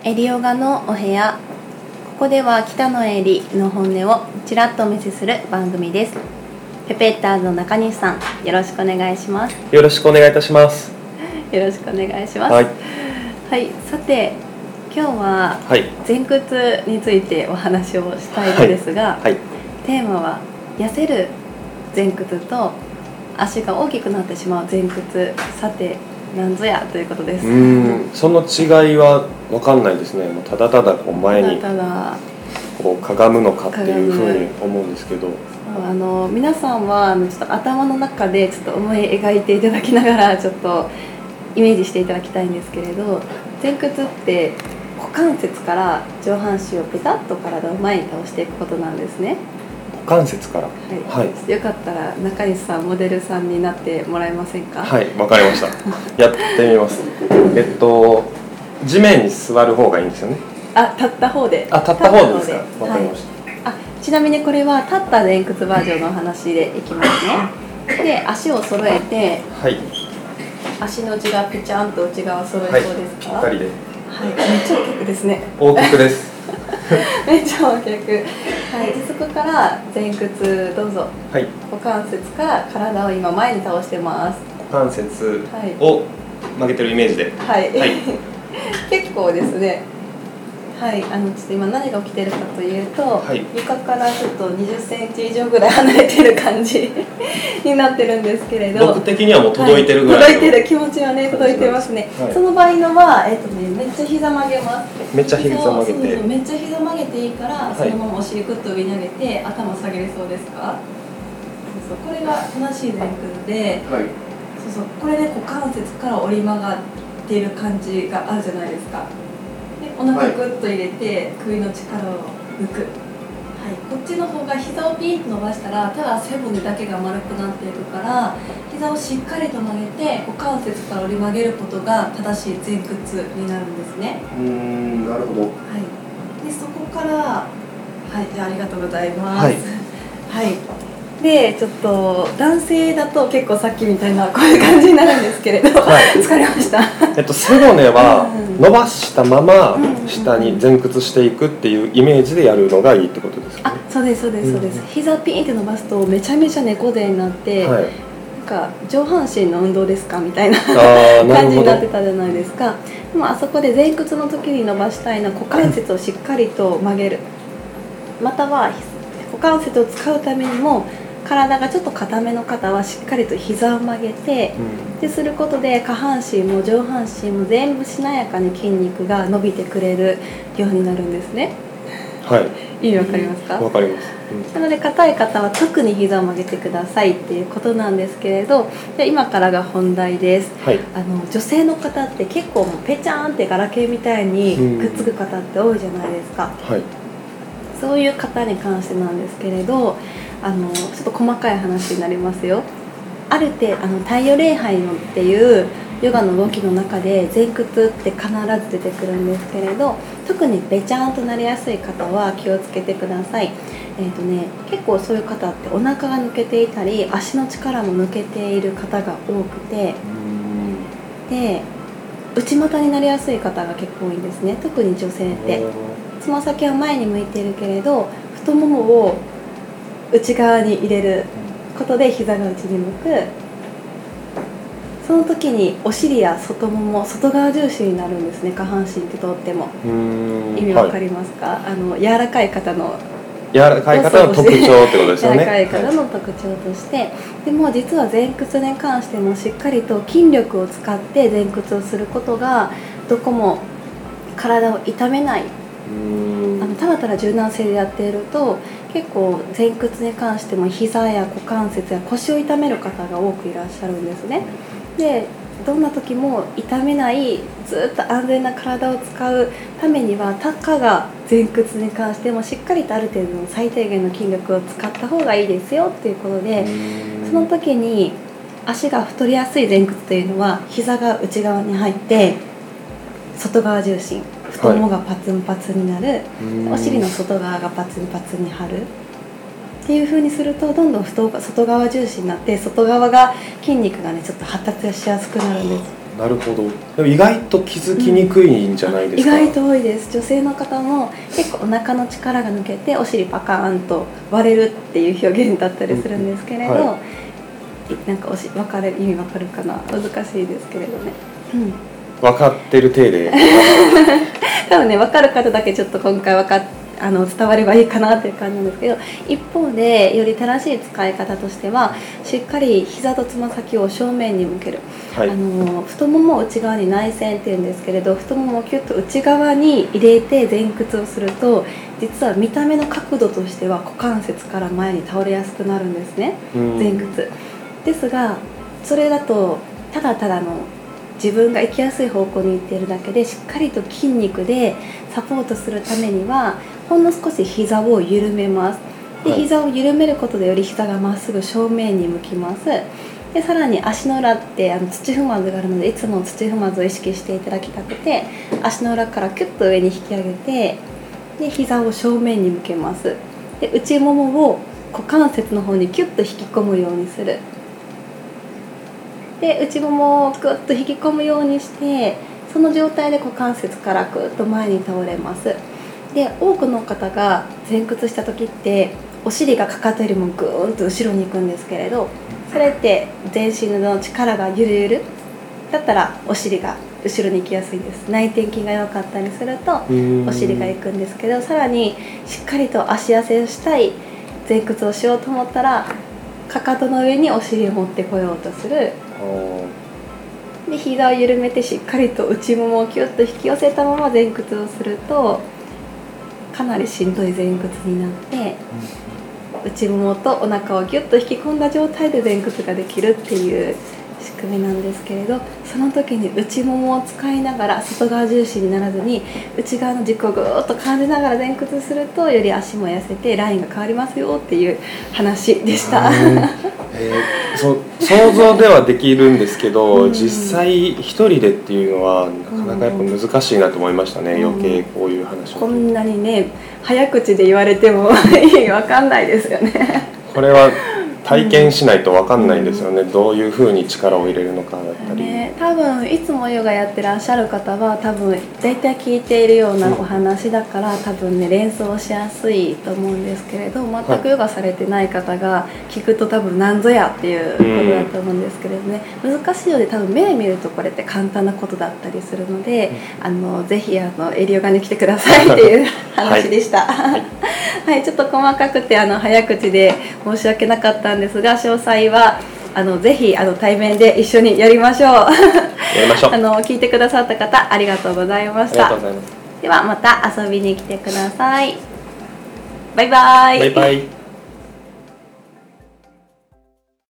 エリヨガのお部屋。ここでは北野エリの本音をちらっとお見せする番組です。ペペッターズの中西さん、よろしくお願いします。 よろしくお願いいたします。 よろしくお願いします。 はい、 はい、さて今日は前屈についてお話をしたいのですが、テーマは痩せる前屈と足が大きくなってしまう前屈、さてなんぞやということです。 その違いは分かんないですね。もうただただこう前にこうかがむのかっていうふうに思うんですけど、 皆さんはちょっと頭の中でちょっと思い描いていただきながらちょっとイメージしていただきたいんですけれど、前屈って股関節から上半身をペタッと体を前に倒していくことなんですね。 股関節から、 よかったら中西さんモデルさんになってもらえませんか？ はい、わかりましたやってみます。地面に座る方がいいんですよね。 立った方で。 立った方ですか？わかりました。 ちなみにこれは立った前屈バージョンの話でいきますね。で、足を揃えて、足の内側ペチャンと内側揃えそうですか？ ぴったりで。 めっちゃ大きくですね。 大きくですめっちゃ大きく。でそこから前屈どうぞ。股関節から体を今前に倒してます。 股関節を曲げてるイメージで。 結構ですね。ちょっと今何が起きてるかというと、床からちょっと20センチ以上ぐらい離れてる感じになってるんですけれど、 僕的にはもう届いてるぐらいの、 届いてる気持ちはね届いてますね。その場合のはめっちゃ膝曲げます。 めっちゃ膝曲げて、 めっちゃ膝曲げていいから、そのままお尻グッと上に上げて頭下げれそうですか？これが正しい前屈で、これで股関節から折り曲がっている感じがあるじゃないですか。お腹グッと入れて首の力を抜く。こっちの方が膝をピンと伸ばしたらただ背骨だけが丸くなっていくから、膝をしっかりと曲げて股関節から折り曲げることが正しい前屈になるんですね。 なるほど。 でそこからじゃあありがとうございます。でちょっと男性だと結構さっきみたいなこういう感じになるんですけれど、疲れました。 背骨は伸ばしたまま下に前屈していくっていうイメージでやるのがいいってことですかね？ そうです。膝ピンって伸ばすとめちゃめちゃ猫背になって、なんか上半身の運動ですかみたいな感じになってたじゃないですか。でもあそこで前屈の時に伸ばしたいのは股関節をしっかりと曲げる、または股関節を使うためにも体がちょっと硬めの方はしっかりと膝を曲げて、ですることで下半身も上半身も全部しなやかに筋肉が伸びてくれるようになるんですね。意味わかりますか？ わかります。 なので硬い方は特に膝を曲げてくださいっていうことなんですけれど、今からが本題です。女性の方って結構もうペチャーンってガラケーみたいにくっつく方って多いじゃないですか。そういう方に関してなんですけれど、ちょっと細かい話になりますよ。ある程度太陽礼拝のっていうヨガの動きの中で前屈って必ず出てくるんですけれど、特にべちゃんとなりやすい方は気をつけてください。結構そういう方ってお腹が抜けていたり足の力も抜けている方が多くて、で内股になりやすい方が結構多いんですね。特に女性ってつま先は前に向いているけれど太ももを内側に入れることで膝が内に向く。その時にお尻や外もも外側重心になるんですね。下半身ってとっても意味わかりますか？柔らかい方の特徴ってことですよね。柔らかい方の特徴として、でも実は前屈に関してもしっかりと筋力を使って前屈をすることがどこも体を痛めない。ただただ柔軟性でやっていると結構前屈に関しても膝や股関節や腰を痛める方が多くいらっしゃるんですね。でどんな時も痛めないずっと安全な体を使うためにはたかが前屈に関してもしっかりとある程度の最低限の筋力を使った方がいいですよっていうことで、その時に足が太りやすい前屈というのは膝が内側に入って外側重心、太ももがパツンパツンになる、お尻の外側がパツンパツンに張るっていう風にするとどんどん外側重心になって外側が筋肉がねちょっと発達しやすくなるんです。 なるほど。でも意外と気づきにくいんじゃないですか。 意外と多いです。女性の方も結構お腹の力が抜けてお尻パカーンと割れるっていう表現だったりするんですけれど、はい、なんか意味わかるかな、難しいですけれどね、 分かってる体で多分ね、分かる方だけちょっと今回伝わればいいかなっていう感じなんですけど、一方でより正しい使い方としては、しっかり膝とつま先を正面に向ける、はい、太ももを内側に内旋っていうんですけれど、太ももをキュッと内側に入れて前屈をすると、実は見た目の角度としては股関節から前に倒れやすくなるんですね、前屈ですが、それだとただただの自分が行きやすい方向に行っているだけで、しっかりと筋肉でサポートするためにはほんの少し膝を緩めます。で、膝を緩めることでより膝がまっすぐ正面に向きます。で、さらに足の裏って土踏まずがあるので、いつも土踏まずを意識していただきたくて、足の裏からキュッと上に引き上げて、で膝を正面に向けます。で、内ももを股関節の方にキュッと引き込むようにする。で、内ももをグッと引き込むようにして、その状態で股関節からグッと前に倒れます。で、多くの方が前屈した時ってお尻がかかとよりもグーンと後ろに行くんですけれど、それって全身の力がゆるゆるだったらお尻が後ろに行きやすいです。内転筋が弱かったりするとお尻が行くんですけど、さらにしっかりと足痩せをしたい前屈をしようと思ったら、かかとの上にお尻を持ってこようとする。で、膝を緩めてしっかりと内ももをキュッと引き寄せたまま前屈をすると、かなりしんどい前屈になって、内ももとお腹をギュッと引き込んだ状態で前屈ができるっていう仕組みなんですけれど、その時に内ももを使いながら外側重心にならずに内側の軸をぐーっと感じながら前屈すると、より足も痩せてラインが変わりますよっていう話でした。 想像ではできるんですけど、実際一人でっていうのはなかなかやっぱ難しいなと思いましたね、余計こういう話を。 こんなにね、早口で言われても分かんないですよね。 これは体験しないと分かんないんですよね、どういうふうに力を入れるのかだったり、 多分いつもヨガやってらっしゃる方は多分大体聞いているようなお話だから、多分ね連想しやすいと思うんですけれど、全くヨガされてない方が聞くと多分なんぞやっていうことだと思うんですけれどね、難しいようで多分目で見るとこれって簡単なことだったりするので、ぜひエリヨガに来てくださいっていう話でした。はい、ちょっと細かくて早口で申し訳なかったんですが、詳細はぜひ対面で一緒にやりましょう。やりましょう。 聞いてくださった方ありがとうございました。 ありがとうございます。 ではまた遊びに来てください。バイバイ。 バイバイ。